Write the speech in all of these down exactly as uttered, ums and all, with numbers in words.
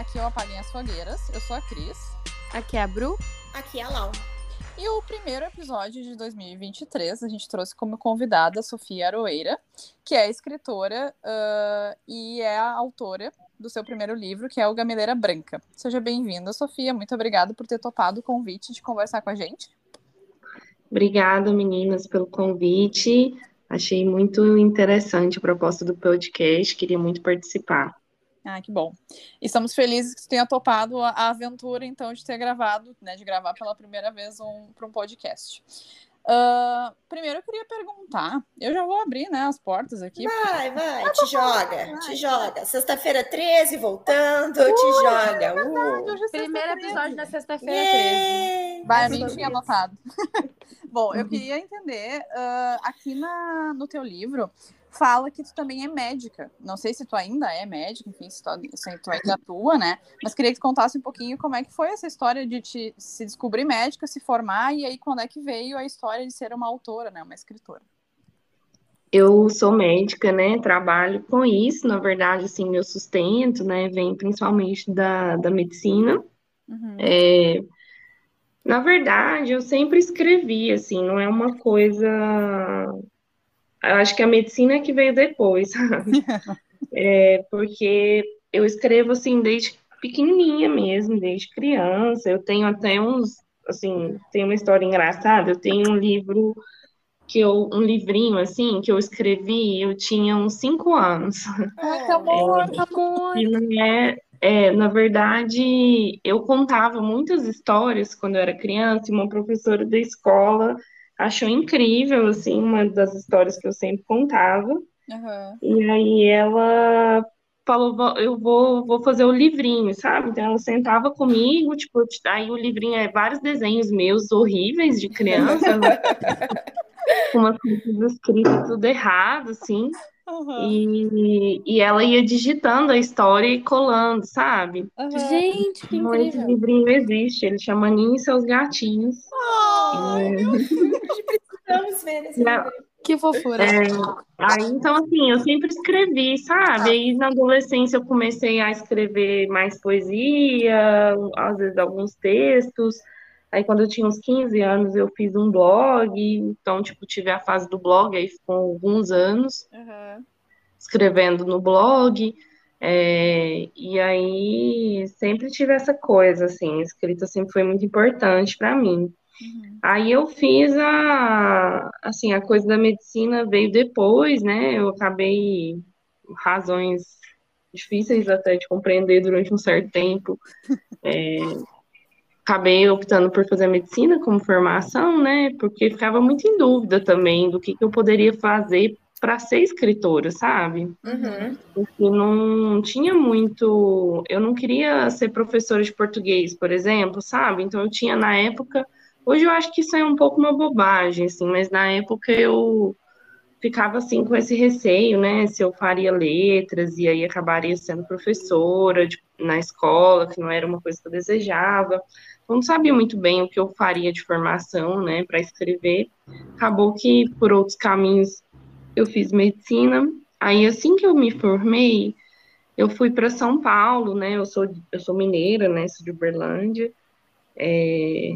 aqui é o Apaguem as Fogueiras, eu sou a Cris. Aqui é a Bru. Aqui é a Lau. E o primeiro episódio de dois mil e vinte e três, a gente trouxe como convidada a Sofia Aroeira, que é escritora uh, e é a autora do seu primeiro livro, que é o Gameleira Branca. Seja bem-vinda, Sofia. Muito obrigada por ter topado o convite de conversar com a gente. Obrigada, meninas, pelo convite. Achei muito interessante a proposta do podcast, queria muito participar. Ah, que bom. E estamos felizes que você tenha topado a, a aventura, então, de ter gravado, né, de gravar pela primeira vez um, para um podcast. Uh, primeiro eu queria perguntar, eu já vou abrir, né, as portas aqui. Vai, vai, vai te joga, vai, te joga. Sexta-feira treze, voltando, uh, te joga. É verdade, uh. hoje é Primeiro episódio da sexta-feira treze. Vai, eu nem tinha anotado. Bom, eu queria entender, uh, aqui na, no teu livro, fala que tu também é médica. Não sei se tu ainda é médica, enfim, se tu, se tu ainda atua, né? Mas queria que tu contasse um pouquinho como é que foi essa história de te, se descobrir médica, se formar, e aí quando é que veio a história de ser uma autora, né? Uma escritora. Eu sou médica, né? Trabalho com isso, na verdade, assim, meu sustento, né? Vem principalmente da, da medicina. Uhum. É... Na verdade, eu sempre escrevi, assim, não é uma coisa... Eu acho que a medicina é que veio depois, sabe? É, porque eu escrevo, assim, desde pequenininha mesmo, desde criança. Eu tenho até uns, assim, tem uma história engraçada. Eu tenho um livro, que eu, um livrinho, assim, que eu escrevi, eu tinha uns cinco anos. Ai, que amor, que amor! E não é, é, na verdade, eu contava muitas histórias quando eu era criança, e uma professora da escola achou incrível, assim, uma das histórias que eu sempre contava. Uhum. E aí ela falou, eu vou, vou fazer o livrinho, sabe? Então ela sentava comigo, tipo, aí o livrinho é vários desenhos meus horríveis de criança, com umas coisas escritas tudo errado, assim. Uhum. E, e ela ia digitando a história e colando, sabe? Uhum. Gente, que Então, esse incrível. livrinho existe, ele chama Ninho e Seus Gatinhos. Ai, É. meu Deus! Precisamos ver esse Na- livro. Que fofura. É, aí, então, assim, eu sempre escrevi, sabe? Aí, na adolescência, eu comecei a escrever mais poesia, às vezes alguns textos. Aí, quando eu tinha uns quinze anos, eu fiz um blog. Então, tipo, tive a fase do blog, aí ficou alguns anos Uhum. escrevendo no blog. É, e aí, sempre tive essa coisa, assim, a escrita sempre foi muito importante para mim. Uhum. Aí eu fiz a, assim, a coisa da medicina veio depois, né? Eu acabei, razões difíceis até de compreender durante um certo tempo, é, acabei optando por fazer medicina como formação, né? Porque ficava muito em dúvida também do que, que eu poderia fazer para ser escritora, sabe? Uhum. Porque não tinha muito. Eu não queria ser professora de português, por exemplo, sabe? Então eu tinha na época. Hoje eu acho que isso é um pouco uma bobagem, assim, mas na época eu ficava assim com esse receio, né? Se eu faria letras e aí acabaria sendo professora de, na escola, que não era uma coisa que eu desejava. Eu não sabia muito bem o que eu faria de formação, né, para escrever. Acabou que por outros caminhos eu fiz medicina. Aí assim que eu me formei, eu fui para São Paulo, né? Eu sou eu sou mineira, né? Sou de Uberlândia. É,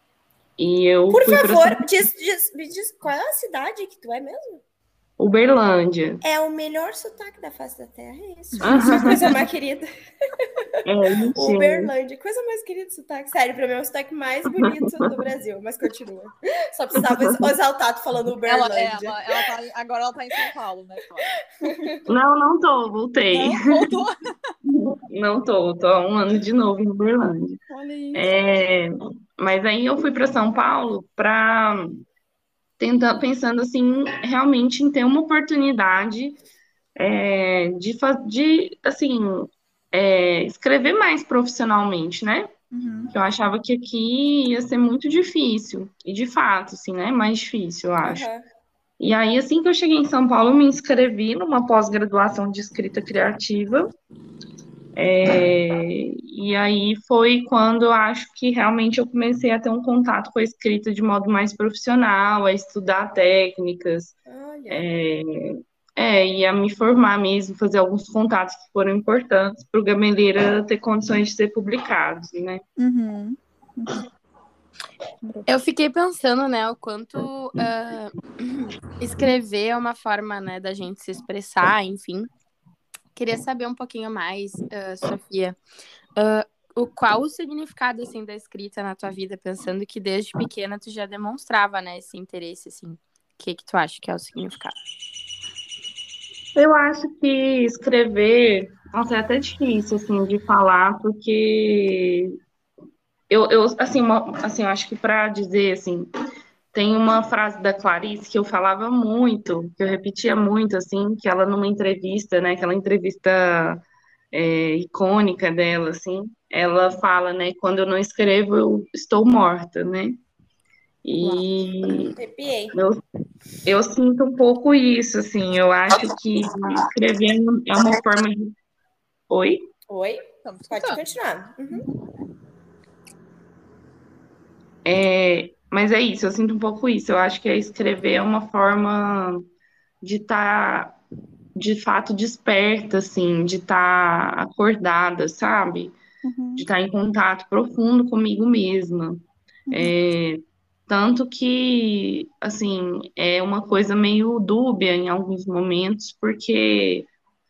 e eu Por fui para favor, diz, diz, me diz qual é a cidade que tu é mesmo? Uberlândia. É o melhor sotaque da face da terra, é isso. Aham. Coisa mais querida. É, mentira. Uberlândia, coisa mais querida de sotaque. Sério, pra mim é o sotaque mais bonito do Brasil, mas continua. Só precisava exaltar tu falando Ela, Uberlândia. ela, ela tá, agora ela tá em São Paulo, né? Claro. Não, não tô, voltei. Não, voltou. Não tô, tô há um ano de novo em Uberlândia. Olha isso. É, mas aí eu fui para São Paulo para tentar pensando assim realmente em ter uma oportunidade é, de, fa- de assim é, escrever mais profissionalmente, né? Uhum. Que eu achava que aqui ia ser muito difícil e de fato, assim, né? Mais difícil, eu acho. Uhum. E aí, assim que eu cheguei em São Paulo, eu me inscrevi numa pós-graduação de escrita criativa. É, e aí foi quando eu acho que realmente eu comecei a ter um contato com a escrita de modo mais profissional, a estudar técnicas, Olha. é, É, ia me formar mesmo, fazer alguns contatos que foram importantes para o Gameleira ter condições de ser publicado, né? Uhum. Eu fiquei pensando, né, o quanto ah, escrever é uma forma, né, da gente se expressar, enfim. Queria saber um pouquinho mais, ah, Sofia, ah, o qual o significado, assim, da escrita na tua vida, pensando que desde pequena tu já demonstrava, né, esse interesse, assim. O que que tu acha que é o significado? Eu acho que escrever, nossa, é até difícil, assim, de falar, porque eu, eu assim, uma- assim, eu acho que para dizer, assim, tem uma frase da Clarice que eu falava muito, que eu repetia muito, assim, que ela numa entrevista, né, aquela entrevista é, icônica dela, assim, ela fala, né, quando eu não escrevo, eu estou morta, né? E Arrepiei. eu, eu sinto um pouco isso, assim, eu acho que escrever é uma forma de... Oi? Oi? Estamos Pode escutando. continuar. Uhum. É, mas é isso, eu sinto um pouco isso, eu acho que escrever é uma forma de estar, de fato, desperta, assim, de estar acordada, sabe? Uhum. De estar em contato profundo comigo mesma. É, tanto que, assim, é uma coisa meio dúbia em alguns momentos, porque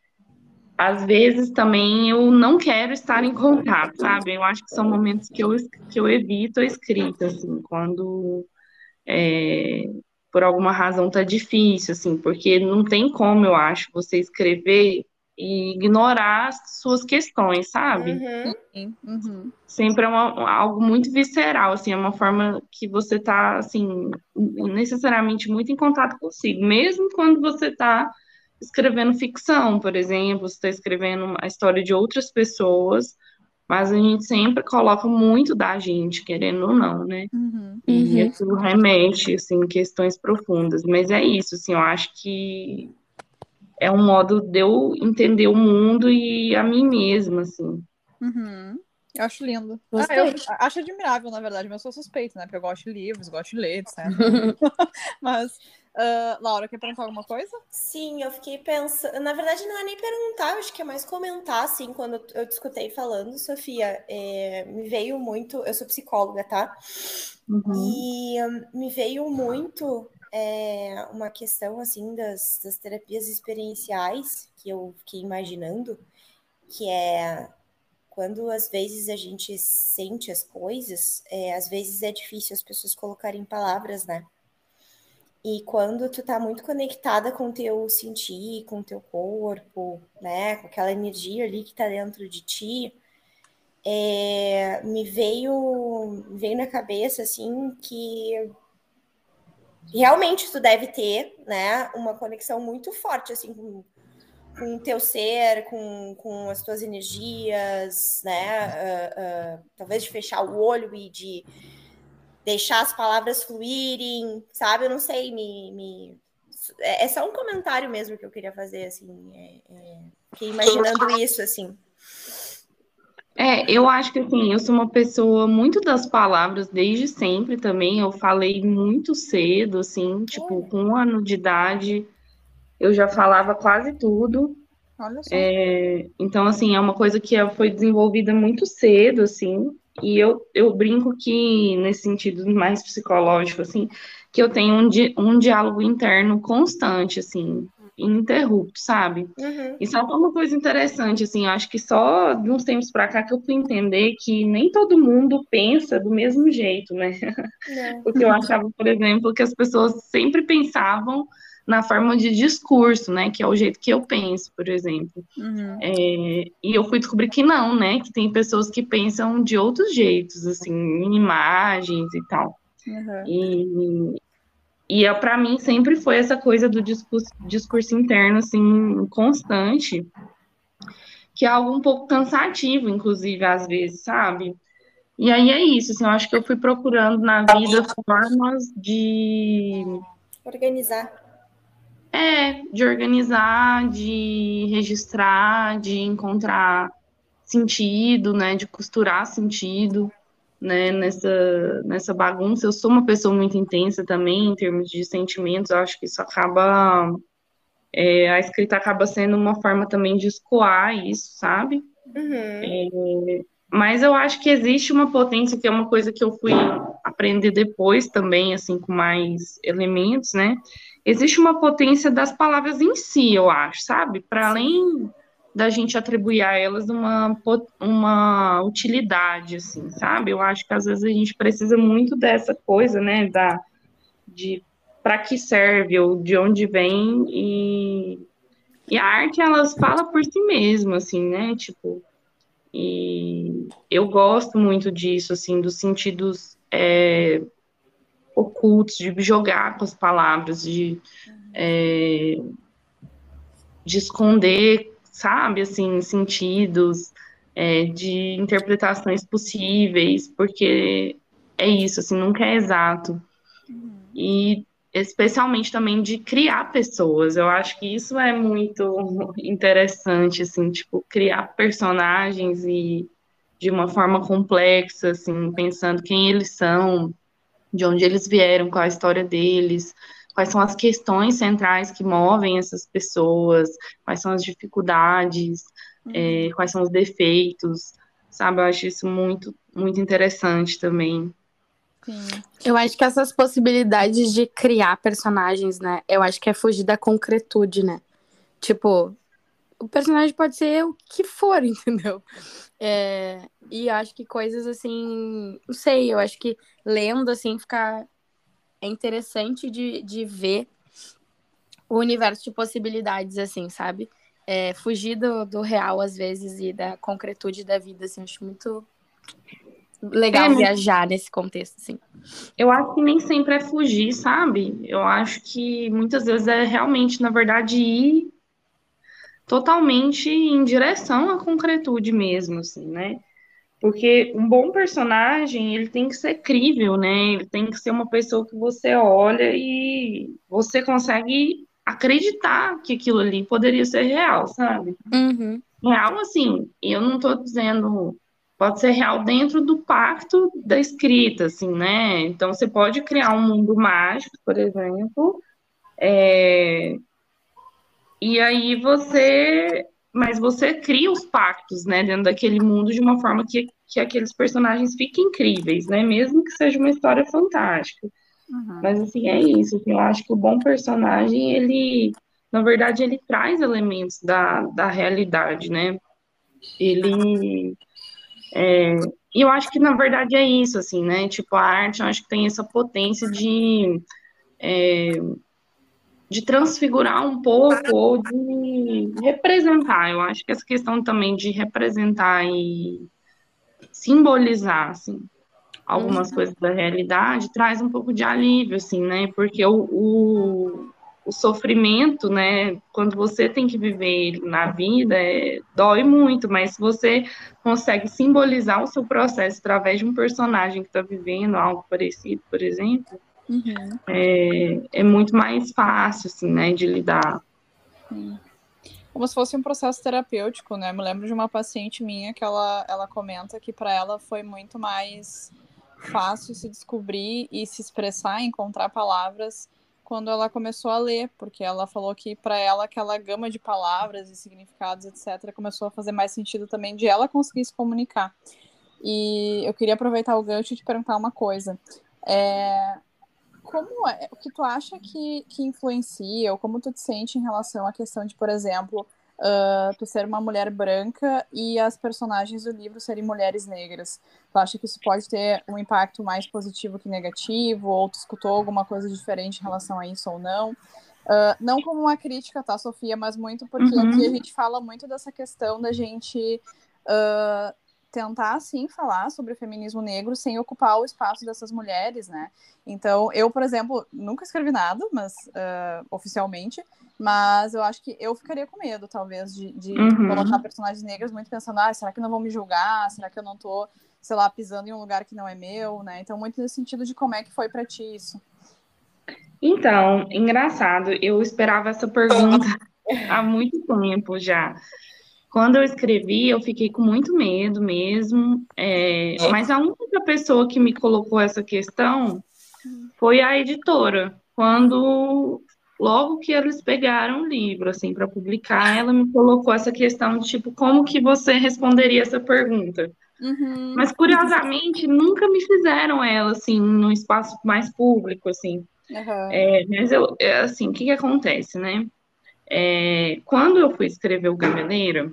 às vezes também eu não quero estar em contato, sabe? Eu acho que são momentos que eu, que eu evito a escrita, assim, quando é, por alguma razão tá difícil, assim, porque não tem como, eu acho, você escrever e ignorar as suas questões, sabe? Uhum. Sim. Uhum. Sempre é uma- algo muito visceral, assim, é uma forma que você tá, assim, necessariamente muito em contato consigo, mesmo quando você tá escrevendo ficção, por exemplo, você está escrevendo a história de outras pessoas, mas a gente sempre coloca muito da gente, querendo ou não, né? Uhum. E Uhum. aquilo remete, assim, em questões profundas. Mas é isso, assim, eu acho que é um modo de eu entender o mundo e a mim mesma, assim. Uhum. Eu acho lindo. Ah, eu Gostei. acho admirável, na verdade, mas eu sou suspeita, né? Porque eu gosto de livros, gosto de ler, etcétera. Mas, ah, Laura, quer perguntar alguma coisa? Sim, eu fiquei pensando. Na verdade, não é nem perguntar, eu acho que é mais comentar, assim, quando eu te escutei falando, Sofia, é, me veio muito. Eu sou psicóloga, tá? Uhum. E hum, me veio muito é, uma questão, assim, das, das terapias experienciais, que eu fiquei imaginando, que é quando às vezes a gente sente as coisas, é, às vezes é difícil as pessoas colocarem palavras, né? E quando tu tá muito conectada com o teu sentir, com o teu corpo, né? Com aquela energia ali que tá dentro de ti, é, me veio, me veio na cabeça, assim, que realmente tu deve ter, né? Uma conexão muito forte, assim, com, com o teu ser, com, com as tuas energias, né? Uh, uh, talvez de fechar o olho e de deixar as palavras fluírem, sabe? Eu não sei, me, me... É só um comentário mesmo que eu queria fazer, assim. É, é... Fiquei imaginando isso, assim. É, eu acho que assim, eu sou uma pessoa muito das palavras desde sempre também. Eu falei muito cedo, assim, tipo, Olha. com um ano de idade, eu já falava quase tudo. Olha só. Então, assim, é uma coisa que foi desenvolvida muito cedo, assim, e eu, eu brinco que, nesse sentido mais psicológico, assim, que eu tenho um, di um diálogo interno constante, assim, ininterrupto, sabe? Uhum. Isso é uma coisa interessante, assim, eu acho que só de uns tempos pra cá que eu fui entender que nem todo mundo pensa do mesmo jeito, né? Não. Porque eu achava, por exemplo, que as pessoas sempre pensavam na forma de discurso, né? Que é o jeito que eu penso, por exemplo. Uhum. É, e eu fui descobrir que não, né? Que tem pessoas que pensam de outros jeitos, assim, em imagens e tal. Uhum. E, e para mim sempre foi essa coisa do discurso, discurso interno, assim, constante, que é algo um pouco cansativo, inclusive, às vezes, sabe? E aí é isso, assim, eu acho que eu fui procurando na vida formas de, Organizar. é, de organizar, de registrar, de encontrar sentido, né, de costurar sentido, né, nessa, nessa bagunça. Eu sou uma pessoa muito intensa também, em termos de sentimentos, eu acho que isso acaba é, a escrita acaba sendo uma forma também de escoar isso, sabe? Uhum. Mas eu acho que existe uma potência, que é uma coisa que eu fui aprender depois também, assim, com mais elementos, né? Existe uma potência das palavras em si, eu acho, sabe? Para além da gente atribuir a elas uma, po- uma utilidade, assim, sabe? Eu acho que às vezes a gente precisa muito dessa coisa, né? Da, de para que serve ou de onde vem e, e a arte, elas fala por si mesma, assim, né? Tipo, e eu gosto muito disso, assim, dos sentidos é, ocultos, de jogar com as palavras, de, é, de esconder, sabe, assim, sentidos, é, de interpretações possíveis, porque é isso, assim, nunca é exato. E especialmente também de criar pessoas. Eu acho que isso é muito interessante, assim, tipo, criar personagens e de uma forma complexa, assim, pensando quem eles são, de onde eles vieram, qual a história deles, quais são as questões centrais que movem essas pessoas, quais são as dificuldades, é, quais são os defeitos, sabe? Eu acho isso muito, muito interessante também. Sim. Eu acho que essas possibilidades de criar personagens, né? Eu acho que é fugir da concretude, né? Tipo, o personagem pode ser o que for, entendeu? É, e eu acho que coisas assim, não sei, eu acho que lendo assim fica é interessante de, de ver o universo de possibilidades, assim, sabe? É, fugir do, do real às vezes e da concretude da vida, assim, acho muito É, legal mas viajar nesse contexto, assim. eu acho que nem sempre é fugir, sabe? Eu acho que muitas vezes é realmente, na verdade, ir totalmente em direção à concretude mesmo, assim, né? Porque um bom personagem, ele tem que ser crível, né? Ele tem que ser uma pessoa que você olha e você consegue acreditar que aquilo ali poderia ser real, sabe? Uhum. Real, assim, eu não tô dizendo, pode ser real dentro do pacto da escrita, assim, né? Então, você pode criar um mundo mágico, por exemplo, e aí você, mas você cria os pactos, né, dentro daquele mundo de uma forma que, que aqueles personagens fiquem incríveis, né? Mesmo que seja uma história fantástica. Uhum. Mas, assim, é isso, assim, eu acho que o bom personagem, ele, na verdade, ele traz elementos da, da realidade, né? Ele E eu acho que, na verdade, é isso, assim, né? Tipo, a arte, eu acho que tem essa potência de, de transfigurar um pouco ou de representar. Eu acho que essa questão também de representar e simbolizar, assim, algumas Uhum. coisas da realidade traz um pouco de alívio, assim, né? Porque o, o, o sofrimento, né? Quando você tem que viver ele na vida, é, dói muito, mas se você consegue simbolizar o seu processo através de um personagem que está vivendo algo parecido, por exemplo, Uhum. é, é muito mais fácil, assim, né? De lidar. Sim. Como se fosse um processo terapêutico, né? Eu me lembro de uma paciente minha que ela, ela comenta que para ela foi muito mais fácil se descobrir e se expressar, encontrar palavras quando ela começou a ler, porque ela falou que para ela aquela gama de palavras e significados, etcétera, começou a fazer mais sentido também de ela conseguir se comunicar. E eu queria aproveitar o gancho e te perguntar uma coisa. É, como é, o que tu acha que, que influencia, ou como tu te sente em relação à questão de, por exemplo, uh, tu ser uma mulher branca e as personagens do livro serem mulheres negras? Tu acha que isso pode ter um impacto mais positivo que negativo, ou tu escutou alguma coisa diferente em relação a isso ou não? Uh, não como uma crítica, tá, Sofia, mas muito porque aqui a Uhum. gente fala muito dessa questão da gente uh, tentar, sim, falar sobre o feminismo negro sem ocupar o espaço dessas mulheres, né? Então, eu, por exemplo, nunca escrevi nada, mas uh, oficialmente, mas eu acho que eu ficaria com medo, talvez, de, de colocar Uhum. personagens negras muito pensando, ah, será que não vão me julgar? Será que eu não tô, sei lá, pisando em um lugar que não é meu, né? Então, muito nesse sentido de como é que foi pra ti isso. Então, engraçado, eu esperava essa pergunta há muito tempo já. Quando eu escrevi, eu fiquei com muito medo mesmo, é, mas a única pessoa que me colocou essa questão foi a editora. Quando logo que eles pegaram o livro, assim, para publicar, ela me colocou essa questão de, tipo, como que você responderia essa pergunta? Uhum. Mas, curiosamente, nunca me fizeram ela, assim, no espaço mais público, assim. Uhum. É, mas, eu, é, assim, o que que acontece, né? É, quando eu fui escrever o Gameleira,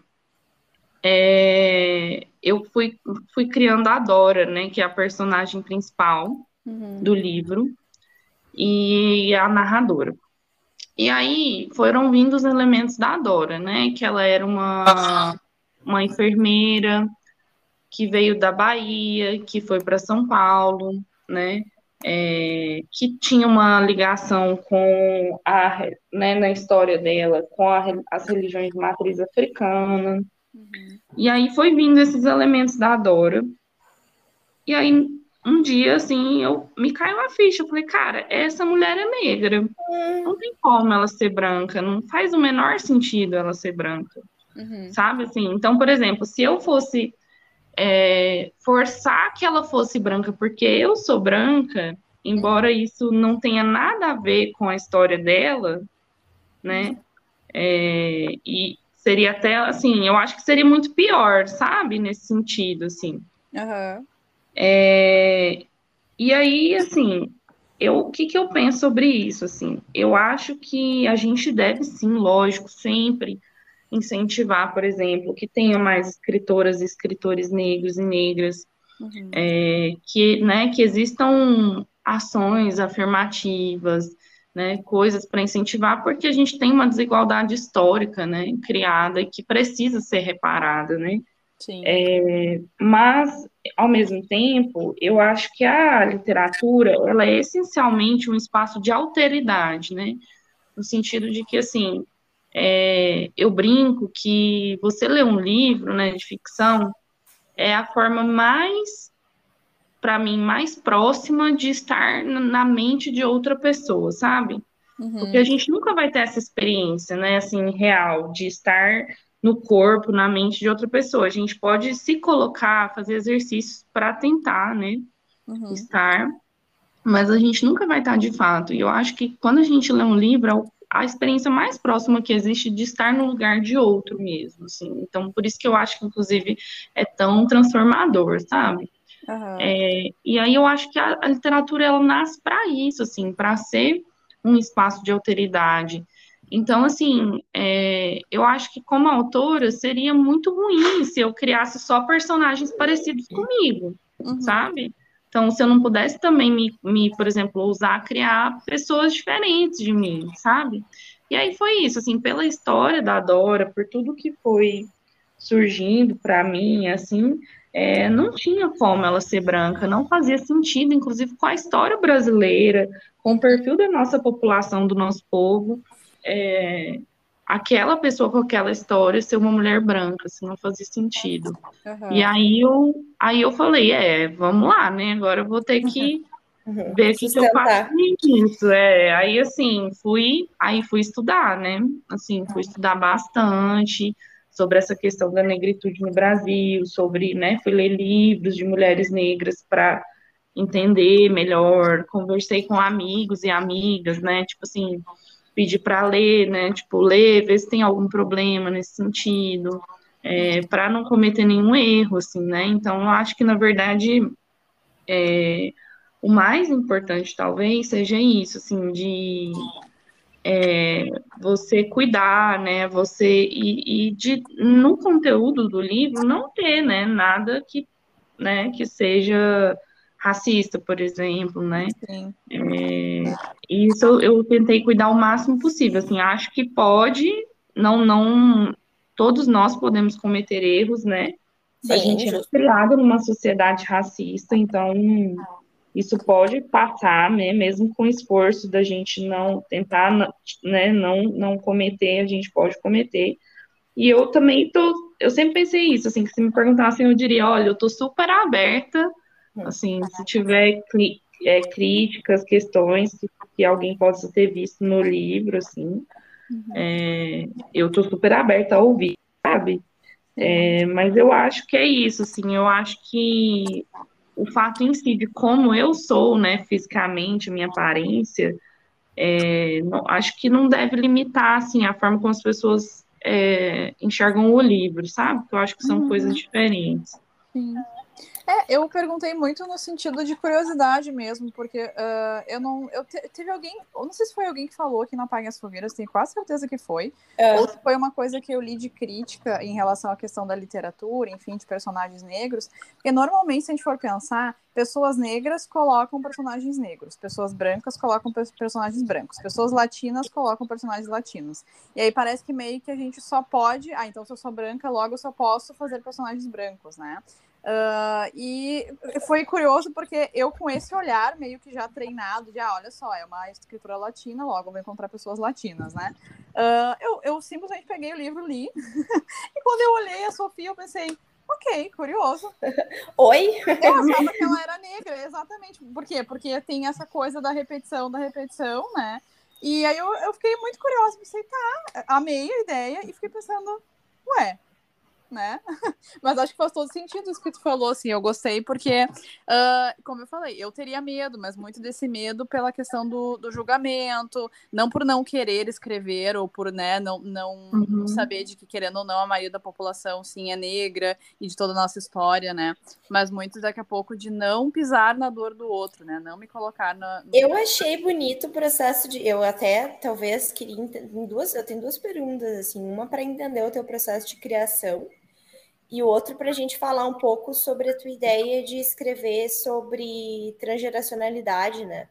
é, eu fui, fui criando a Dora, né? Que é a personagem principal Uhum. do livro e a narradora. E aí foram vindo os elementos da Dora, né? Que ela era uma, uma enfermeira que veio da Bahia, que foi para São Paulo, né? É, que tinha uma ligação com a, né, na história dela, com a, as religiões de matriz africana. Uhum. E aí foi vindo esses elementos da Dora. E aí, um dia, assim, eu me caiu a ficha. Eu falei, cara, essa mulher é negra. Não tem como ela ser branca. Não faz o menor sentido ela ser branca. Uhum. Sabe, assim? Então, por exemplo, se eu fosse é, forçar que ela fosse branca porque eu sou branca, embora isso não tenha nada a ver com a história dela, né? É, e seria até, assim, eu acho que seria muito pior, sabe? Nesse sentido, assim. Uhum. É, e aí, assim, eu, o que que eu penso sobre isso, assim? Eu acho que a gente deve, sim, lógico, sempre incentivar, por exemplo, que tenha mais escritoras e escritores negros e negras, Uhum. é, que, né, que existam ações afirmativas, né, coisas para incentivar, porque a gente tem uma desigualdade histórica, né, criada e que precisa ser reparada, né? Sim. Mas, ao mesmo tempo, eu acho que a literatura, ela é essencialmente um espaço de alteridade, né? No sentido de que, assim, é, eu brinco que você ler um livro, né, de ficção é a forma mais, para mim, mais próxima de estar na mente de outra pessoa, sabe? Porque Uhum. a gente nunca vai ter essa experiência, né, assim, real, de estar no corpo, na mente de outra pessoa. A gente pode se colocar, fazer exercícios para tentar, né, Uhum. estar, mas a gente nunca vai estar de fato. E eu acho que quando a gente lê um livro, é a experiência mais próxima que existe de estar no lugar de outro mesmo, assim. Então, por isso que eu acho que, inclusive, é tão transformador, sabe? Uhum. É, e aí eu acho que a, a literatura, ela nasce para isso, assim, para ser um espaço de alteridade. Então, assim, é, eu acho que como autora seria muito ruim se eu criasse só personagens parecidos comigo, Uhum. sabe? Então, se eu não pudesse também me, me, por exemplo, usar, criar pessoas diferentes de mim, sabe? E aí foi isso, assim, pela história da Dora, por tudo que foi surgindo para mim, assim, é, não tinha como ela ser branca, não fazia sentido, inclusive com a história brasileira, com o perfil da nossa população, do nosso povo, é, aquela pessoa com aquela história ser uma mulher branca, assim, não fazia sentido. E Uhum. aí eu, aí eu falei, é, vamos lá, né? Agora eu vou ter que Uhum. ver o que, que eu faço Sustentar. com isso. É, aí assim, fui, aí fui estudar, né? Assim, fui estudar bastante sobre essa questão da negritude no Brasil, sobre, né, fui ler livros de mulheres negras para entender melhor, conversei com amigos e amigas, né? Tipo assim, pedi para ler, né? Tipo, ler, ver se tem algum problema nesse sentido, é, para não cometer nenhum erro, assim, né? Então, eu acho que, na verdade, é, o mais importante, talvez, seja isso, assim, de é, você cuidar, né? Você e, e de no conteúdo do livro não ter, né? Nada que, né? Que seja racista, por exemplo, né? Sim. É, isso eu, eu tentei cuidar o máximo possível. Assim, acho que pode, não, não, todos nós podemos cometer erros, né? A Sim, gente é justo. criado numa sociedade racista, então isso pode passar, né? Mesmo com o esforço da gente não tentar, né? Não, não cometer, a gente pode cometer. E eu também tô, eu sempre pensei isso, assim, que se me perguntassem, eu diria, olha, eu tô super aberta, assim, se tiver cri- é, críticas, questões que, que alguém possa ter visto no livro, assim, é, eu tô super aberta a ouvir, sabe? É, mas eu acho que é isso, assim, eu acho que o fato em si de como eu sou, né, fisicamente, minha aparência, É, não- acho que não deve limitar, assim, a forma como as pessoas é, enxergam o livro, sabe? Porque eu acho que são coisas Uhum, diferentes. sim. É, eu perguntei muito no sentido de curiosidade mesmo, porque ah, eu não. Eu te- teve alguém, eu não sei se foi alguém que falou que não apaguem as fogueiras, tenho quase certeza que foi. Ou se foi uma coisa que eu li de crítica em relação à questão da literatura, enfim, de personagens negros. Porque normalmente, se a gente for pensar, pessoas negras colocam personagens negros, pessoas brancas colocam pe- personagens brancos, pessoas latinas colocam personagens latinos. E aí parece que meio que a gente só pode. Ah, então se eu sou branca, logo eu só posso fazer personagens brancos, né? Uh, e foi curioso porque eu, com esse olhar meio que já treinado, de ah, olha só, é uma escritura latina, logo vou encontrar pessoas latinas, né? Uh, eu, eu simplesmente peguei o livro, li, e quando eu olhei a Sofia, eu pensei, ok, curioso. Oi? Eu achava que ela era negra, exatamente. Por quê? Porque tem essa coisa da repetição, da repetição, né? E aí eu, eu fiquei muito curiosa, pensei, tá, amei a ideia e fiquei pensando, ué, né? Mas acho que faz todo sentido isso que tu falou, assim, eu gostei porque, uh, como eu falei, eu teria medo, mas muito desse medo pela questão do, do julgamento, não por não querer escrever ou por, né, não, não, Uhum. não saber de que, querendo ou não, a maioria da população, sim, é negra e de toda a nossa história, né, mas muito daqui a pouco de não pisar na dor do outro, né, não me colocar na... no- Eu achei bonito o processo de. Eu até talvez queria. ente- em Duas, eu tenho duas perguntas, assim, uma para entender o teu processo de criação e o outro para a gente falar um pouco sobre a tua ideia de escrever sobre transgeracionalidade, né?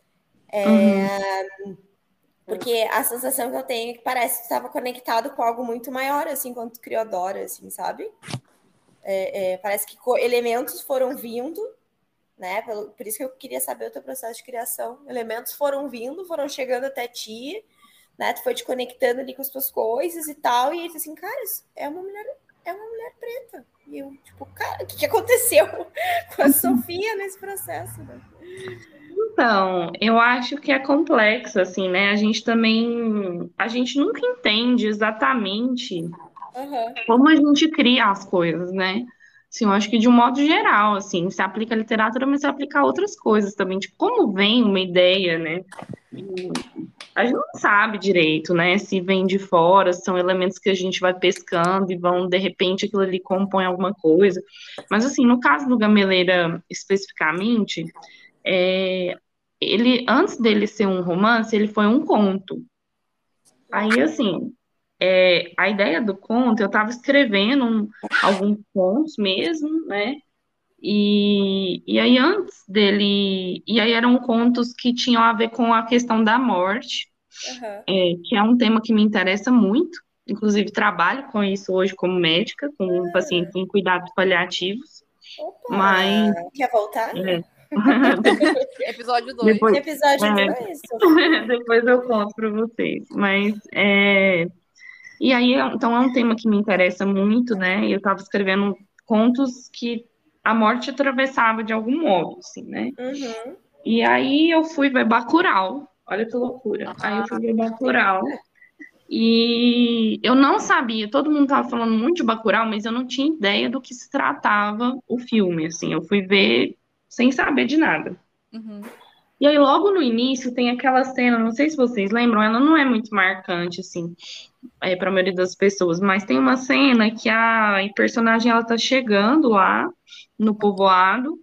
Uhum. Porque a sensação que eu tenho é que parece que estava conectado com algo muito maior, assim, quando tu criou a Dora, assim, sabe? É, é, parece que co- elementos foram vindo, né? Pelo- Por isso que eu queria saber o teu processo de criação. Elementos foram vindo, foram chegando até ti, né? Tu foi te conectando ali com as tuas coisas e tal, e aí tu assim, cara, isso é uma mulher, é uma mulher preta. E eu, tipo, cara, o que, que aconteceu com a Sofia nesse processo, né? Então, eu acho que é complexo, assim, né? A gente também, a gente nunca entende exatamente Aham. como a gente cria as coisas, né? Assim, eu acho que de um modo geral, assim, se aplica a literatura, mas se aplica a outras coisas também, tipo, como vem uma ideia, né? E a gente não sabe direito, né? Se vem de fora, se são elementos que a gente vai pescando e vão, de repente, aquilo ali compõe alguma coisa. Mas, assim, no caso do Gameleira, especificamente, é, ele, antes dele ser um romance, ele foi um conto. Aí, assim, é, a ideia do conto, eu estava escrevendo um- alguns contos mesmo, né? E, e aí, antes dele. E aí, eram contos que tinham a ver com a questão da morte, Aham. é, que é um tema que me interessa muito. Inclusive, trabalho com isso hoje como médica, com pacientes em cuidados paliativos. Mas. Opa! Quer voltar? É, Episódio dois. depois, Episódio é, dois, Sofia. depois eu conto para vocês. Mas. É, e aí, é- então, é um tema que me interessa muito, né? E eu estava escrevendo contos que a morte atravessava de algum modo, assim, né? Uhum. E aí eu fui ver Bacurau. Olha que loucura. Aí eu fui ver Bacurau. E eu não sabia, todo mundo tava falando muito de Bacurau, mas eu não tinha ideia do que se tratava o filme, assim. Eu fui ver sem saber de nada. Uhum. E aí, logo no início, tem aquela cena, não sei se vocês lembram, ela não é muito marcante, assim, é, para a maioria das pessoas, mas tem uma cena que a personagem ela tá chegando lá no povoado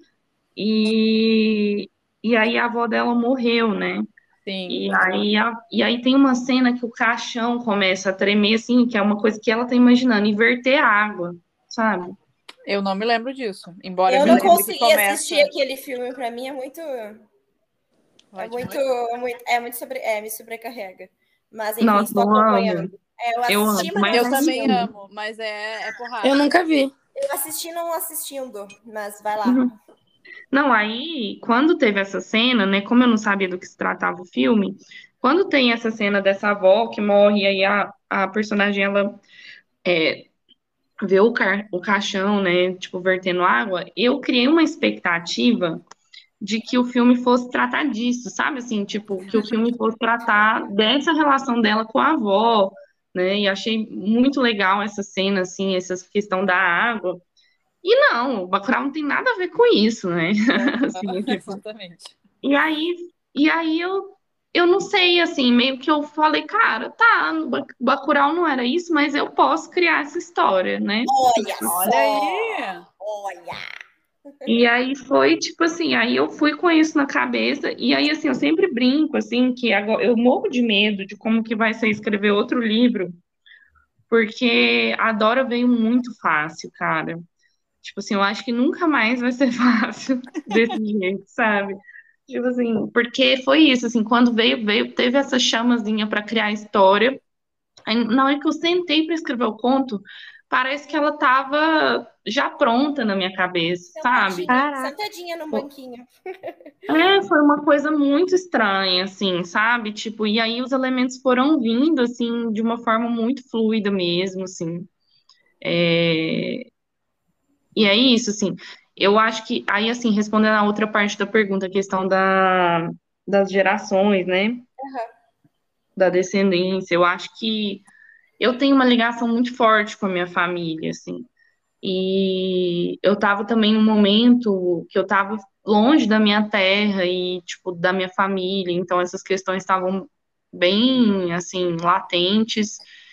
e, e aí a avó dela morreu, né? Sim. E aí, a- e aí tem uma cena que o caixão começa a tremer, assim, que é uma coisa que ela tá imaginando, inverter a água, sabe? Eu não me lembro disso, embora eu Eu me não lembre que consegui começa... assistir aquele filme, pra mim é muito. É Vai, muito. tipo, É muito, é muito sobre. É, me sobrecarrega. Mas enfim, Nossa, estou eu amo, acompanhando. É, eu eu assisti, amo, mas não mas eu é um também assistindo. filme. amo, mas é, é Eu porrada. nunca vi. Eu assisti não assistindo, mas vai lá. Uhum. Não, aí, quando teve essa cena, né, como eu não sabia do que se tratava o filme, quando tem essa cena dessa avó que morre, e aí a, a personagem, ela é, vê o, ca, o caixão, né, tipo, vertendo água, eu criei uma expectativa de que o filme fosse tratar disso, sabe, assim, tipo, que o filme fosse tratar dessa relação dela com a avó, né, e achei muito legal essa cena, assim, essa questão da água, e não, o Bacurau não tem nada a ver com isso, né, assim, tipo, Exatamente. e aí, e aí eu eu não sei, assim, meio que eu falei, cara, tá, Ba- Bacurau não era isso, mas eu posso criar essa história, né? Olha Olha só! aí! Olha! E aí foi tipo assim, aí eu fui com isso na cabeça, e aí assim, eu sempre brinco assim que agora eu morro de medo de como que vai ser escrever outro livro, porque a Dora veio muito fácil, cara. Tipo assim, eu acho que nunca mais vai ser fácil desse jeito, sabe? Tipo assim, porque foi isso, assim, quando veio, veio, teve essa chamazinha para criar a história. Aí, na hora que eu sentei para escrever o conto, parece que ela tava já pronta na minha cabeça, sabe? Sentadinha, Caraca. sentadinha no banquinho. É, foi uma coisa muito estranha, assim, sabe? Tipo, e aí os elementos foram vindo, assim, de uma forma muito fluida mesmo, assim. É, e é isso, assim. Eu acho que, aí, assim, respondendo a outra parte da pergunta, a questão da, das gerações, né? Da descendência, eu acho que eu tenho uma ligação muito forte com a minha família, assim. E eu tava também num momento que eu tava longe da minha terra e, tipo, da minha família, então essas questões estavam bem, assim, latentes.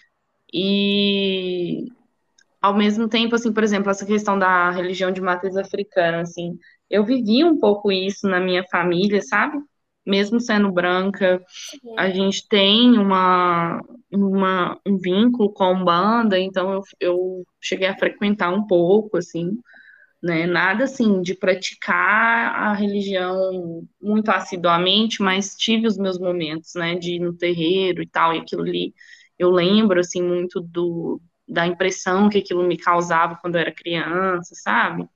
E, ao mesmo tempo, assim, por exemplo, essa questão da religião de matriz africana, assim, eu vivi um pouco isso na minha família, sabe? Mesmo sendo branca, a Sim. gente tem uma, uma, um vínculo com a Umbanda, então eu, eu cheguei a frequentar um pouco, assim, né? Nada assim de praticar a religião muito assiduamente, mas tive os meus momentos, né, de ir no terreiro e tal, e aquilo ali eu lembro assim muito do da impressão que aquilo me causava quando eu era criança, sabe?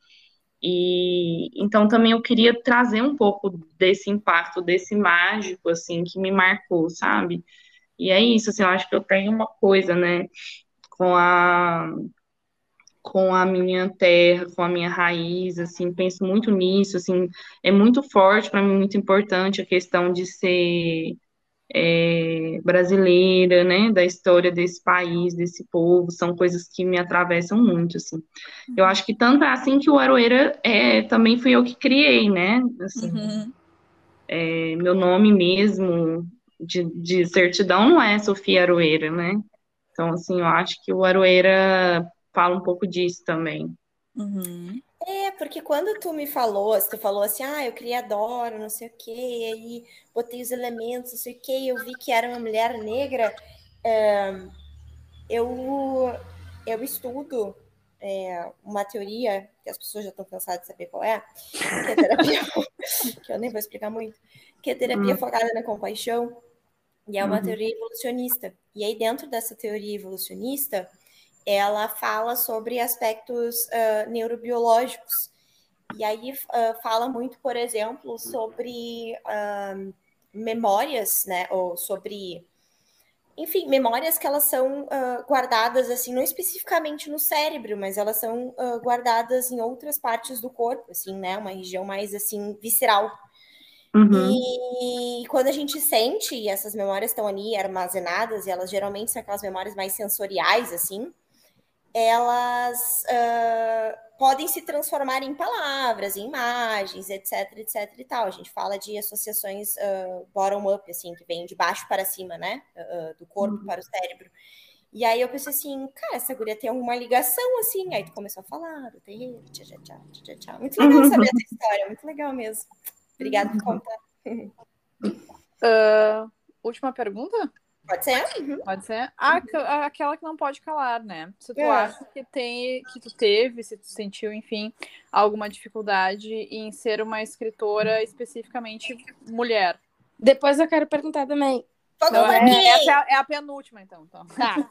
E então também eu queria trazer um pouco desse impacto, desse mágico assim que me marcou, sabe? E é isso, assim, eu acho que eu tenho uma coisa, né, com a com a minha terra, com a minha raiz, assim, penso muito nisso, assim, é muito forte para mim, muito importante a questão de ser é, brasileira, né, da história desse país, desse povo, são coisas que me atravessam muito, assim. Eu acho que tanto é assim que o Aroeira é, também fui eu que criei, né, assim, Uhum. é, meu nome mesmo de, de certidão não é Sofia Aroeira, né, então, assim, eu acho que o Aroeira fala um pouco disso também. Uhum. É, porque quando tu me falou, tu falou assim, ah, eu criei a Dora, não sei o quê, e aí botei os elementos, não sei o quê, e eu vi que era uma mulher negra, é, eu, eu estudo é, uma teoria, que as pessoas já estão cansadas de saber qual é, que é terapia, que eu nem vou explicar muito, que é terapia Hum, focada na compaixão, e é uma uhum, teoria evolucionista. E aí, dentro dessa teoria evolucionista, ela fala sobre aspectos uh, neurobiológicos. E aí uh, fala muito, por exemplo, sobre uh, memórias, né? Ou sobre, enfim, memórias que elas são uh, guardadas, assim, não especificamente no cérebro, mas elas são uh, guardadas em outras partes do corpo, assim, né? Uma região mais, assim, visceral. uhum, E quando a gente sente, e essas memórias estão ali armazenadas, e elas geralmente são aquelas memórias mais sensoriais, assim, elas uh, podem se transformar em palavras, em imagens, etc, etc e tal. A gente fala de associações uh, bottom-up, assim, que vem de baixo para cima, né? Uh, do corpo uhum, para o cérebro. E aí eu pensei assim, cara, essa guria tem alguma ligação, assim. Aí tu começou a falar do terreiro, tchau, tchau, tchau, tchau, tchau. Muito legal saber uhum, essa história, muito legal mesmo. Obrigada por contar. Uh, última pergunta? Pode ser? Uhum. Pode ser? Ah, aqu- aquela que não pode calar, né? Se tu É. acha que tem, que tu teve, se tu sentiu, enfim, alguma dificuldade em ser uma escritora especificamente mulher. Depois eu quero perguntar também. Fogo no Então, é, essa é parquinho! a, é a penúltima, então. então. Tá.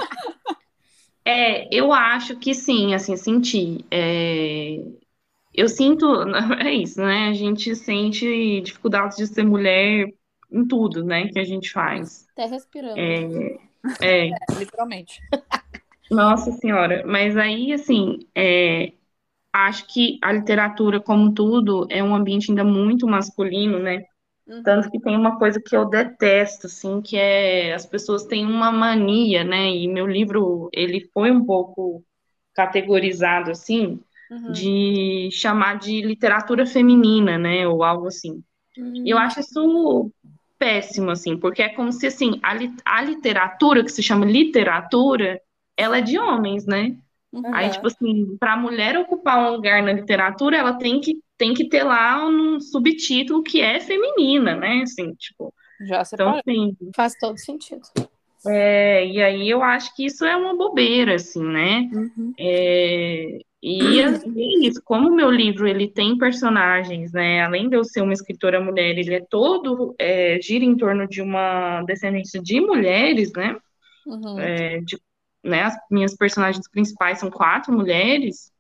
É, eu acho que sim, assim, senti. É, eu sinto, é isso, né? A gente sente dificuldades de ser mulher em tudo, né, que a gente faz. Até respirando. É, é, Literalmente. nossa senhora. Mas aí, assim, é, acho que a literatura, como tudo, é um ambiente ainda muito masculino, né? Tanto Uhum. que tem uma coisa que eu detesto, assim, que é as pessoas têm uma mania, né? E meu livro, ele foi um pouco categorizado, assim, Uhum. de chamar de literatura feminina, né? Ou algo assim. E eu Hum, acho isso péssimo, assim, porque é como se, assim, a, li- a literatura, que se chama literatura, ela é de homens, né? Aí, Aham. tipo assim, para a mulher ocupar um lugar na literatura, ela tem que, tem que ter lá um subtítulo que é feminina, né? Assim, tipo, Já então, separei. assim, Faz todo sentido. é, e aí eu acho que isso é uma bobeira, assim, né? Uhum. É, e é e é isso, como o meu livro ele tem personagens, né? Além de eu ser uma escritora mulher, ele é todo é, gira em torno de uma descendência de mulheres, né? Uhum. É, de, né? As minhas personagens principais são quatro mulheres.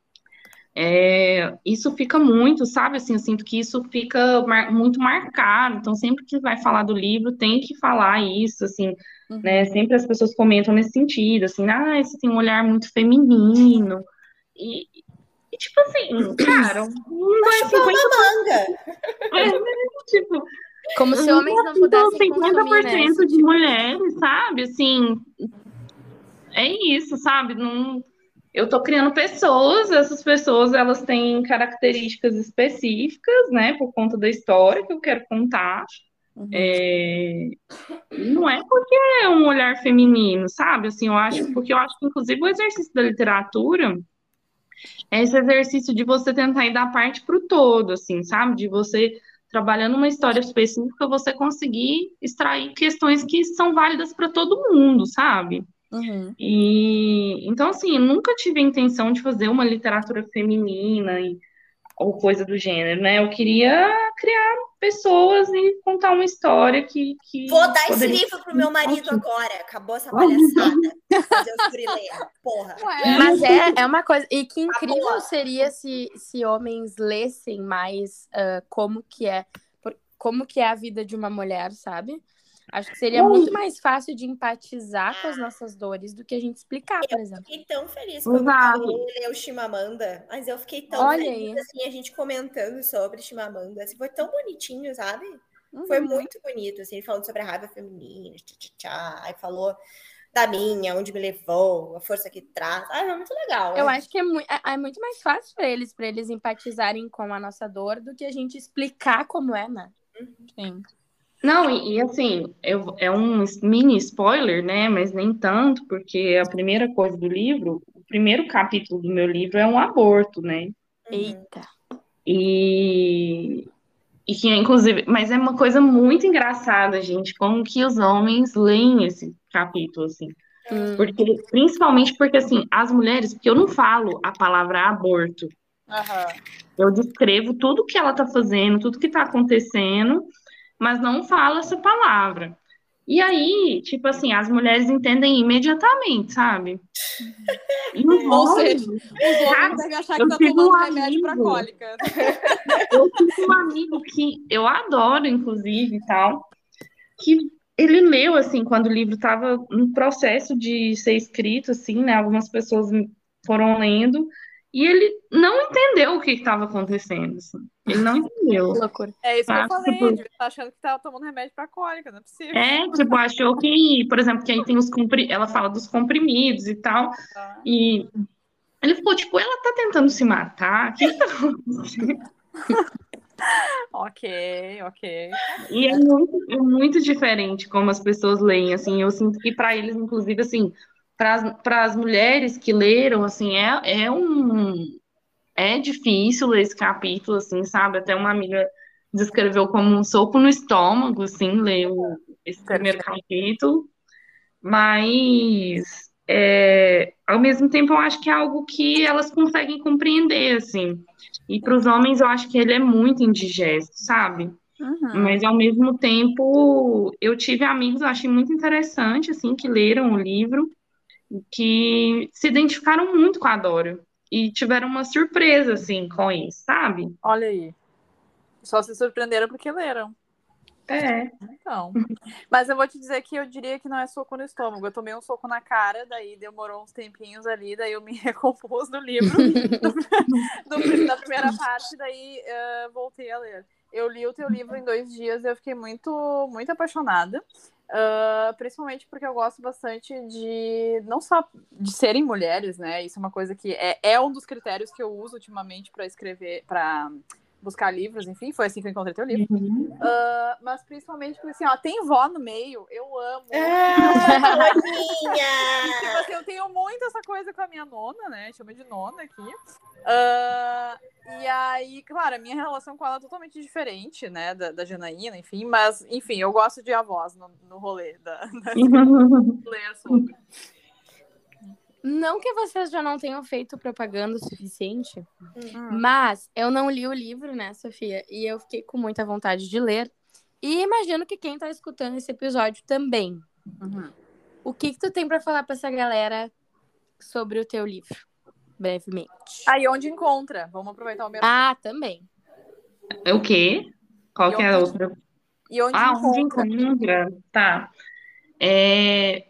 É, isso fica muito, sabe? Assim, eu sinto que isso fica mar- muito marcado. Então, sempre que vai falar do livro, tem que falar isso, assim, né? Uhum. Sempre as pessoas comentam nesse sentido, assim, ah, você tem um olhar muito feminino. E, e, tipo assim, cara, não Vai é chupar cinquenta uma manga. por cento, tipo, Como se não homens não são pudessem cinquenta consumir, por né, esse cento de tipo de... mulheres, sabe? Assim, é isso, sabe? Não, eu tô criando pessoas, essas pessoas, elas têm características específicas, né, por conta da história que eu quero contar. Uhum. É, não é porque é um olhar feminino, sabe? Assim, eu acho, porque eu acho que, inclusive, o exercício da literatura é esse exercício de você tentar ir da parte para o todo, assim, sabe? De você, trabalhando uma história específica, você conseguir extrair questões que são válidas para todo mundo, sabe? Uhum. E então, assim, eu nunca tive a intenção de fazer uma literatura feminina e, ou coisa do gênero, né? Eu queria criar pessoas e contar uma história que, Vou que dar esse poderia. livro pro meu marido agora. Acabou essa palhaçada. Fazer os guri ler. Porra. Ué, Mas é, é uma coisa... E que Acabou. incrível seria se, se homens lessem mais ah, como que é... por- Como que é a vida de uma mulher, sabe? Acho que seria muito mais fácil de empatizar com as nossas dores do que a gente explicar, por exemplo. Fiquei tão feliz quando o Exato. Cauê leu Chimamanda. Mas eu fiquei tão Olha feliz, aí. assim, a gente comentando sobre Chimamanda. Assim, foi tão bonitinho, sabe? Uhum. Foi muito bonito, assim, ele falando sobre a raiva feminina, tchá, tchá, tchá, aí falou da minha, onde me levou, a força que traz. Ah, foi muito legal. Eu né? acho que é, mui- é- é muito mais fácil para eles, para eles empatizarem com a nossa dor do que a gente explicar como é, né? Sim. Não, e, e, assim, eu, é um mini spoiler, né? Mas nem tanto, porque a primeira coisa do livro, o primeiro capítulo do meu livro é um aborto, né? Uhum. Eita. E, e que, inclusive, mas é uma coisa muito engraçada, gente, como que os homens leem esse capítulo, assim. Hum. Porque, principalmente porque, assim, as mulheres, porque eu não falo a palavra aborto, Aham. eu descrevo tudo que ela tá fazendo, tudo que tá acontecendo, mas não falo essa palavra. E aí, tipo assim, as mulheres entendem imediatamente, sabe? E os Ou seja, homens, os cara, homens devem achar que eu tá tive um tomando remédio pra amigo, cólica. eu tive um amigo que eu adoro, inclusive, e tal, que ele leu, assim, quando o livro estava no processo de ser escrito, assim, né? Algumas pessoas foram lendo, e ele não entendeu o que estava acontecendo, assim. Ele não entendeu, Que loucura. É isso que eu sabe? falei, Tipo, devia estar achando que tava tomando remédio pra cólica, não é possível. é, tipo, achou que, por exemplo, que aí tem os compri... ela fala dos comprimidos e tal, Tá. e ele ficou, tipo, ela tá tentando se matar, o que que tá acontecendo? Ok, ok. E é muito, é muito diferente como as pessoas leem, assim, eu sinto que para eles, inclusive, assim, para as mulheres que leram, assim, é, é um, é difícil ler esse capítulo, assim, sabe, até uma amiga descreveu como um soco no estômago, assim, ler o- esse primeiro capítulo, mas, é, ao mesmo tempo, eu acho que é algo que elas conseguem compreender, assim, e para os homens, eu acho que ele é muito indigesto, sabe? Uhum. Mas ao mesmo tempo, eu tive amigos, eu achei muito interessante, assim, que leram o livro, que se identificaram muito com a Dora e tiveram uma surpresa, assim, com isso, sabe? Olha aí. Só se surpreenderam porque leram. É. Então. Mas eu vou te dizer que eu diria que não é soco no estômago. Eu tomei um soco na cara, daí demorou uns tempinhos ali, daí eu me recompus no livro, do, do, da primeira parte, daí uh, voltei a ler. Eu li o teu livro em dois dias e eu fiquei muito, muito apaixonada. Uh, principalmente porque eu gosto bastante de não só de serem mulheres, né? Isso é uma coisa que é, é um dos critérios que eu uso ultimamente para escrever, para buscar livros, enfim, foi assim que eu encontrei teu livro. Uhum. Uh, mas principalmente porque, assim, ó, tem vó no meio, eu amo. Ah, E, tipo Toninha! assim, eu tenho muito essa coisa com a minha nona, né? Chama de nona aqui. Uh, e aí, claro, a minha relação com ela é totalmente diferente, né? Da, da Janaína, enfim. Mas, enfim, eu gosto de avós no, no rolê da, da ler sobre. Não que vocês já não tenham feito propaganda o suficiente, Hum. mas eu não li o livro, né, Sofia? E eu fiquei com muita vontade de ler. E imagino que quem tá escutando esse episódio também. Uhum. O que que tu tem pra falar pra essa galera sobre o teu livro? Brevemente. Aí, onde encontra? Vamos aproveitar o mercado. Ah, também. É o quê? Qual E que é a onde- outra? E onde Ah, onde encontra? encontra? Tá. É...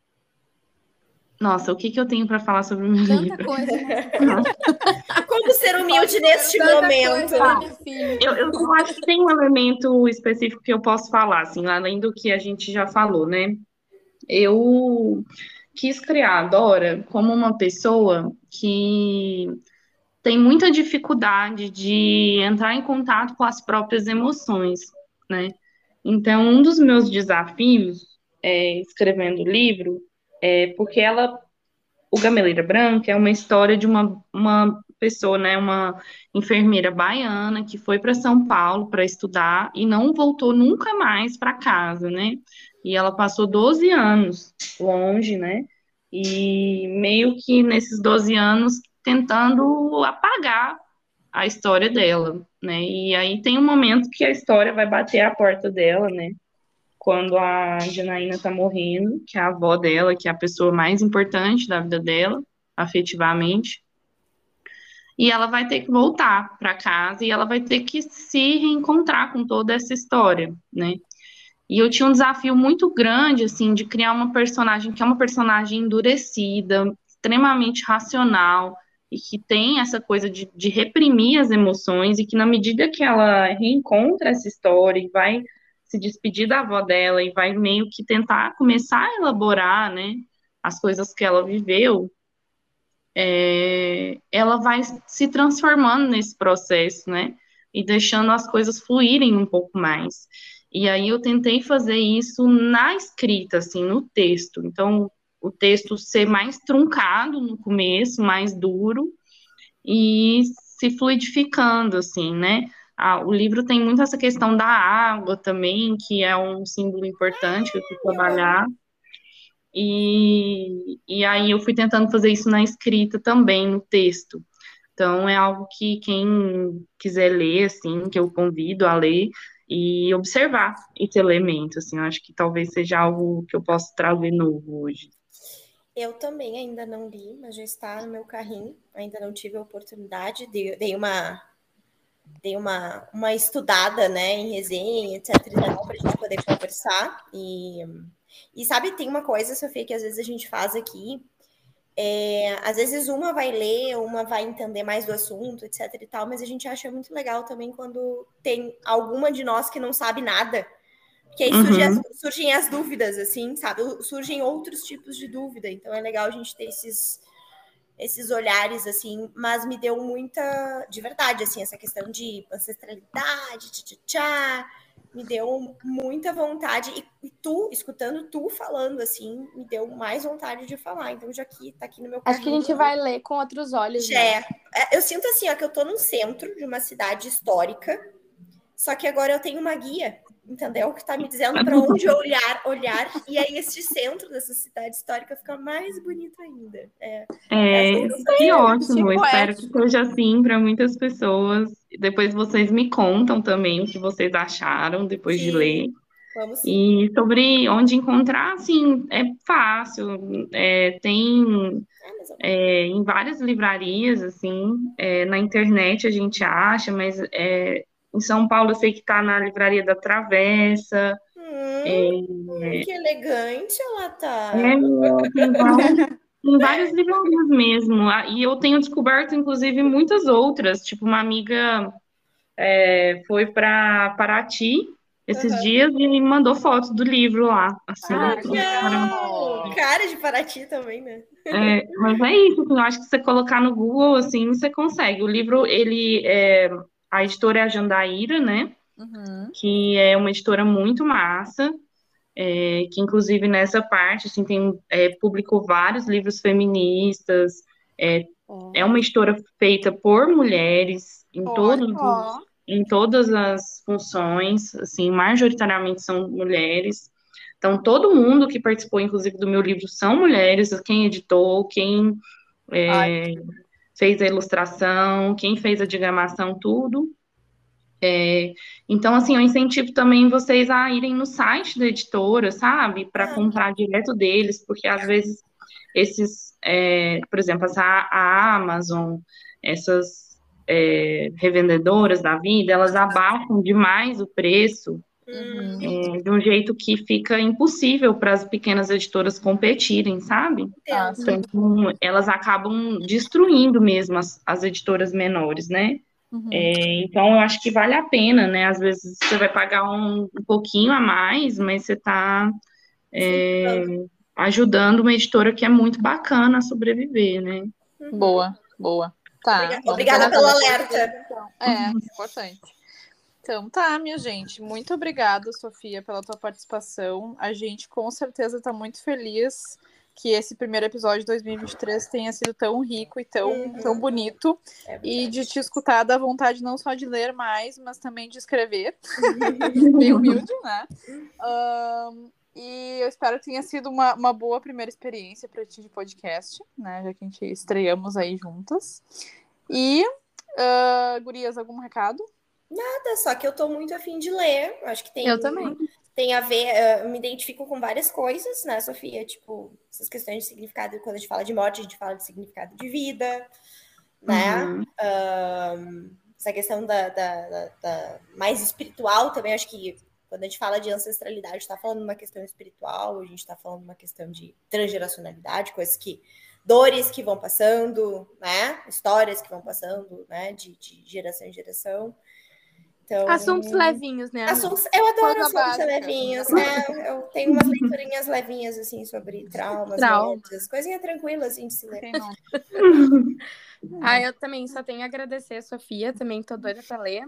Nossa, o que que eu tenho para falar sobre o meu Tanta livro? coisa, né, Sofia? Como ser humilde neste Tanta momento? coisa, né, minha filha? Eu, eu só acho que tem um elemento específico que eu posso falar, assim, além do que a gente já falou, né? Eu quis criar a Dora como uma pessoa que tem muita dificuldade de entrar em contato com as próprias emoções, né? Então, um dos meus desafios é, escrevendo o livro é porque ela, o Gameleira Branca é uma história de uma, uma pessoa, né, uma enfermeira baiana que foi para São Paulo para estudar e não voltou nunca mais para casa, né? E ela passou doze anos longe, né? E meio que nesses doze anos tentando apagar a história dela, né? E aí tem um momento que a história vai bater a porta dela, né? Quando a Janaína tá morrendo, que é a avó dela, que é a pessoa mais importante da vida dela, afetivamente. E ela vai ter que voltar para casa e ela vai ter que se reencontrar com toda essa história, né? E eu tinha um desafio muito grande, assim, de criar uma personagem que é uma personagem endurecida, extremamente racional, e que tem essa coisa de, de reprimir as emoções, e que na medida que ela reencontra essa história e vai se despedir da avó dela e vai meio que tentar começar a elaborar, né, as coisas que ela viveu, é, ela vai se transformando nesse processo, né, e deixando as coisas fluírem um pouco mais. E aí eu tentei fazer isso na escrita, assim, no texto. Então, o texto ser mais truncado no começo, mais duro, e se fluidificando, assim, né? Ah, o livro tem muito essa questão da água também, que é um símbolo importante que eu fui trabalhar. E, e aí eu fui tentando fazer isso na escrita também, no texto. Então, é algo que quem quiser ler, assim, que eu convido a ler e observar esse elemento, assim, eu acho que talvez seja algo que eu possa trazer novo hoje. Eu também ainda não li, mas já está no meu carrinho. Ainda não tive a oportunidade, dei, dei uma dei uma, uma estudada, né, em resenha, etc, para a gente poder conversar. E, e sabe, tem uma coisa, Sofia, que às vezes a gente faz aqui. É, às vezes uma vai ler, uma vai entender mais do assunto, etc e tal, mas a gente acha muito legal também quando tem alguma de nós que não sabe nada, porque aí Uhum. surgem, as, surgem as dúvidas, assim, sabe? Surgem outros tipos de dúvida, então é legal a gente ter esses, esses olhares, assim, mas me deu muita, de verdade, assim, essa questão de ancestralidade, tchá, me deu muita vontade, e, e tu, escutando tu falando, assim, me deu mais vontade de falar, então já que tá aqui no meu carrinho. Acho que a gente vai ler com outros olhos, já né? é. Eu sinto, assim, ó, que eu tô no centro de uma cidade histórica, só que agora eu tenho uma guia, entendeu? Que tá me dizendo para onde eu olhar, olhar, e aí este centro dessa cidade histórica fica mais bonito ainda. É, É, que ótimo, Tipo, espero é. que seja assim para muitas pessoas. Depois vocês me contam também o que vocês acharam depois sim, de ler. Vamos sim. E sobre onde encontrar, assim, é fácil. É, tem é, em várias livrarias, assim, é, na internet a gente acha, mas é, em São Paulo eu sei que está na Livraria da Travessa. Hum, é, que elegante ela tá. É, tem várias, tem várias livrarias mesmo. Ah, e eu tenho descoberto, inclusive, muitas outras. Tipo, uma amiga é, foi para Paraty esses Uhum. dias e me mandou fotos do livro lá. Assim, Ah, então, que legal! Cara de Paraty também, né? É, mas é isso, assim, eu acho que você colocar no Google, assim, você consegue. O livro, ele, é, a editora é a Jandaíra, né? Uhum. Que é uma editora muito massa, é, que inclusive nessa parte, assim, tem, é, publicou vários livros feministas, é, é uma editora feita por mulheres em Olha. todos os, em todas as funções, assim, majoritariamente são mulheres. Então, todo mundo que participou, inclusive, do meu livro são mulheres, quem editou, quem é, fez a ilustração, quem fez a diagramação, tudo. É, então, assim, eu incentivo também vocês a irem no site da editora, sabe? Para comprar direto deles, porque às vezes esses, é, por exemplo, essa, a Amazon, essas é, revendedoras da vida, elas abaixam demais o preço. Uhum. É, de um jeito que fica impossível para as pequenas editoras competirem, sabe? Ah, sim. Então, elas acabam destruindo mesmo as, as editoras menores, né? Uhum. É, então, eu acho que vale a pena, né? Às vezes você vai pagar um, um pouquinho a mais, mas você está é, ajudando uma editora que é muito bacana a sobreviver, né? Boa, boa. Tá. Obriga- vamos Obrigada lá. pelo alerta. Então. É, importante. Então tá, minha gente. Muito obrigada, Sofia, pela tua participação. A gente com certeza tá muito feliz que esse primeiro episódio de dois mil e vinte e três tenha sido tão rico e tão, Uhum. tão bonito. É E verdade. de te escutar da vontade não só de ler mais, mas também de escrever. Bem humilde, né? Ahn, e eu espero que tenha sido uma, uma boa primeira experiência para ti de podcast, né? Já que a gente estreamos aí juntas. E, ah, gurias, algum recado? Nada, só que eu tô muito afim de ler. Acho que tem, Eu também. tem a ver, eh, eu me identifico com várias coisas, né, Sofia? Tipo, essas questões de significado, quando a gente fala de morte, a gente fala de significado de vida, né? Uhum. Ahn, essa questão da, da- da- da mais espiritual também, acho que quando a gente fala de ancestralidade, a gente tá falando de uma questão espiritual, a gente tá falando de uma questão de transgeracionalidade, coisas que, dores que vão passando, né? Histórias que vão passando, né? De, de geração em geração. Então, Assuntos levinhos, né, amiga? assuntos, eu adoro Coisa assuntos básica. levinhos, né? Eu tenho umas leiturinhas levinhas, assim, sobre traumas, Trauma. mortes, coisinha tranquila, assim, de se ler. Quem não? Ah, eu também só tenho a agradecer, Sofia, também tô doida pra ler.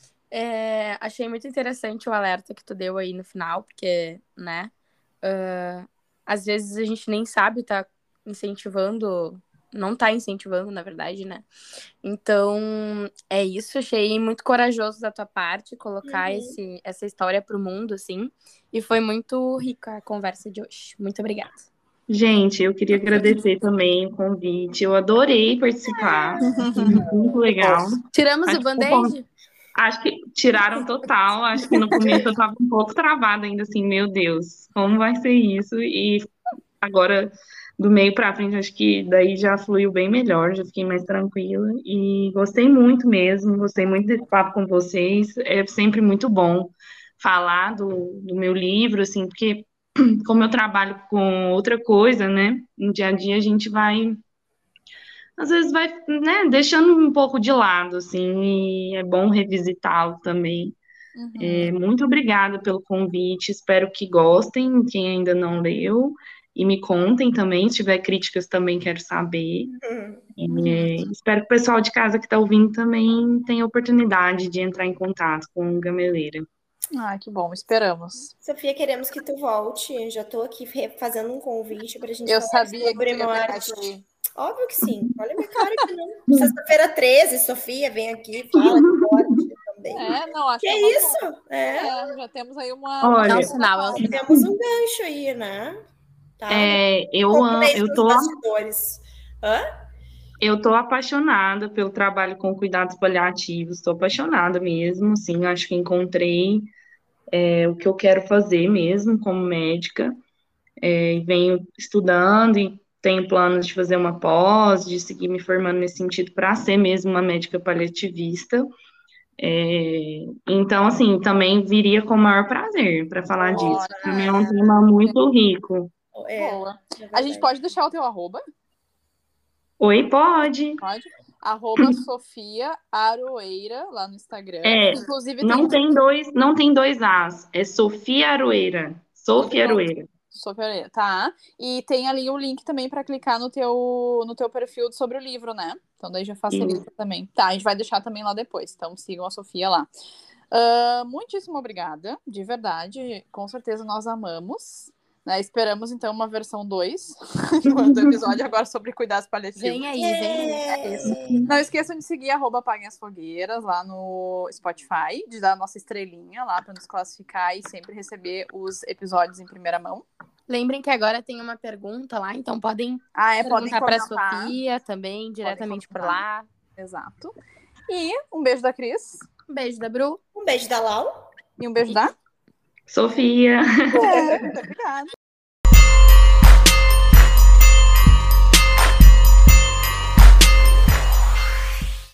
É, achei muito interessante o alerta que tu deu aí no final, porque, né, ah, às vezes a gente nem sabe tá incentivando, não tá incentivando, na verdade, né? Então, é isso, achei muito corajoso da tua parte colocar Uhum. esse, essa história pro mundo, assim, e foi muito rica a conversa de hoje. Muito obrigada. Gente, eu queria agradecer também o convite. Eu adorei participar. Muito legal. Tiramos Acho o que, band-aid? acho que tiraram total. Acho que no começo eu estava um pouco travada ainda, assim, meu Deus, como vai ser isso? E agora, do meio para frente, acho que daí já fluiu bem melhor, já fiquei mais tranquila. E gostei muito mesmo, gostei muito desse papo com vocês. É sempre muito bom falar do, do meu livro, assim, porque como eu trabalho com outra coisa, né? No dia a dia a gente vai, às vezes vai, né, deixando um pouco de lado, assim, e é bom revisitá-lo também. É, Uhum. muito obrigada pelo convite, espero que gostem, quem ainda não leu, e me contem também, se tiver críticas também quero saber. Uhum. É, espero que o pessoal de casa que está ouvindo também tenha oportunidade de entrar em contato com o Gameleira. Ah, que bom, esperamos. Sofia, queremos que tu volte. Já tô aqui re- fazendo um convite pra gente Eu falar sabia que sobre tu ia pegar morte. isso aí. Óbvio que sim. Olha a minha cara que não. Sexta-feira treze, Sofia, vem aqui, fala de morte também. É, não, acho Que que é uma boa. isso? É. É, já temos aí uma. É um Olha, sinal, é um sinal. Temos um gancho aí, né? Tá? é, eu, Combinei eu nos tô bastidores. Hã? Eu tô apaixonada pelo trabalho com cuidados paliativos, estou apaixonada mesmo, assim, acho que encontrei é, o que eu quero fazer mesmo como médica, é, e venho estudando e tenho planos de fazer uma pós, de seguir me formando nesse sentido para ser mesmo uma médica paliativista. É, então, assim, também viria com o maior prazer para falar disso. Para mim é um tema muito rico. É, Boa. é A gente verdade. pode deixar o teu arroba? Oi, pode? Pode? Arroba Sofia Aroeira lá no Instagram. É, Inclusive Não tem tem dois, não tem dois As, é Sofia Aroeira. Sofia Tudo junto. Aroeira. Sofia Orelha, tá? E tem ali o link também para clicar no teu, no teu perfil sobre o livro, né? Então daí já facilita Sim. também. Tá, a gente vai deixar também lá depois, então sigam a Sofia lá. Uh, muitíssimo obrigada, de verdade, com certeza nós amamos, né? Esperamos então uma versão dois do episódio agora sobre cuidados paliativos. Vem aí, vem aí. Isso. Não esqueçam de seguir arroba Apaguem as Fogueiras lá no Spotify, de dar a nossa estrelinha lá para nos classificar e sempre receber os episódios em primeira mão. Lembrem que agora tem uma pergunta lá, então podem Ah, é, podem perguntar para a comentar. Sofia também, diretamente por comentar. lá. Exato. E um beijo da Cris. Um beijo da Bru. Um beijo da Lau. E um beijo da Sofia. É, obrigada.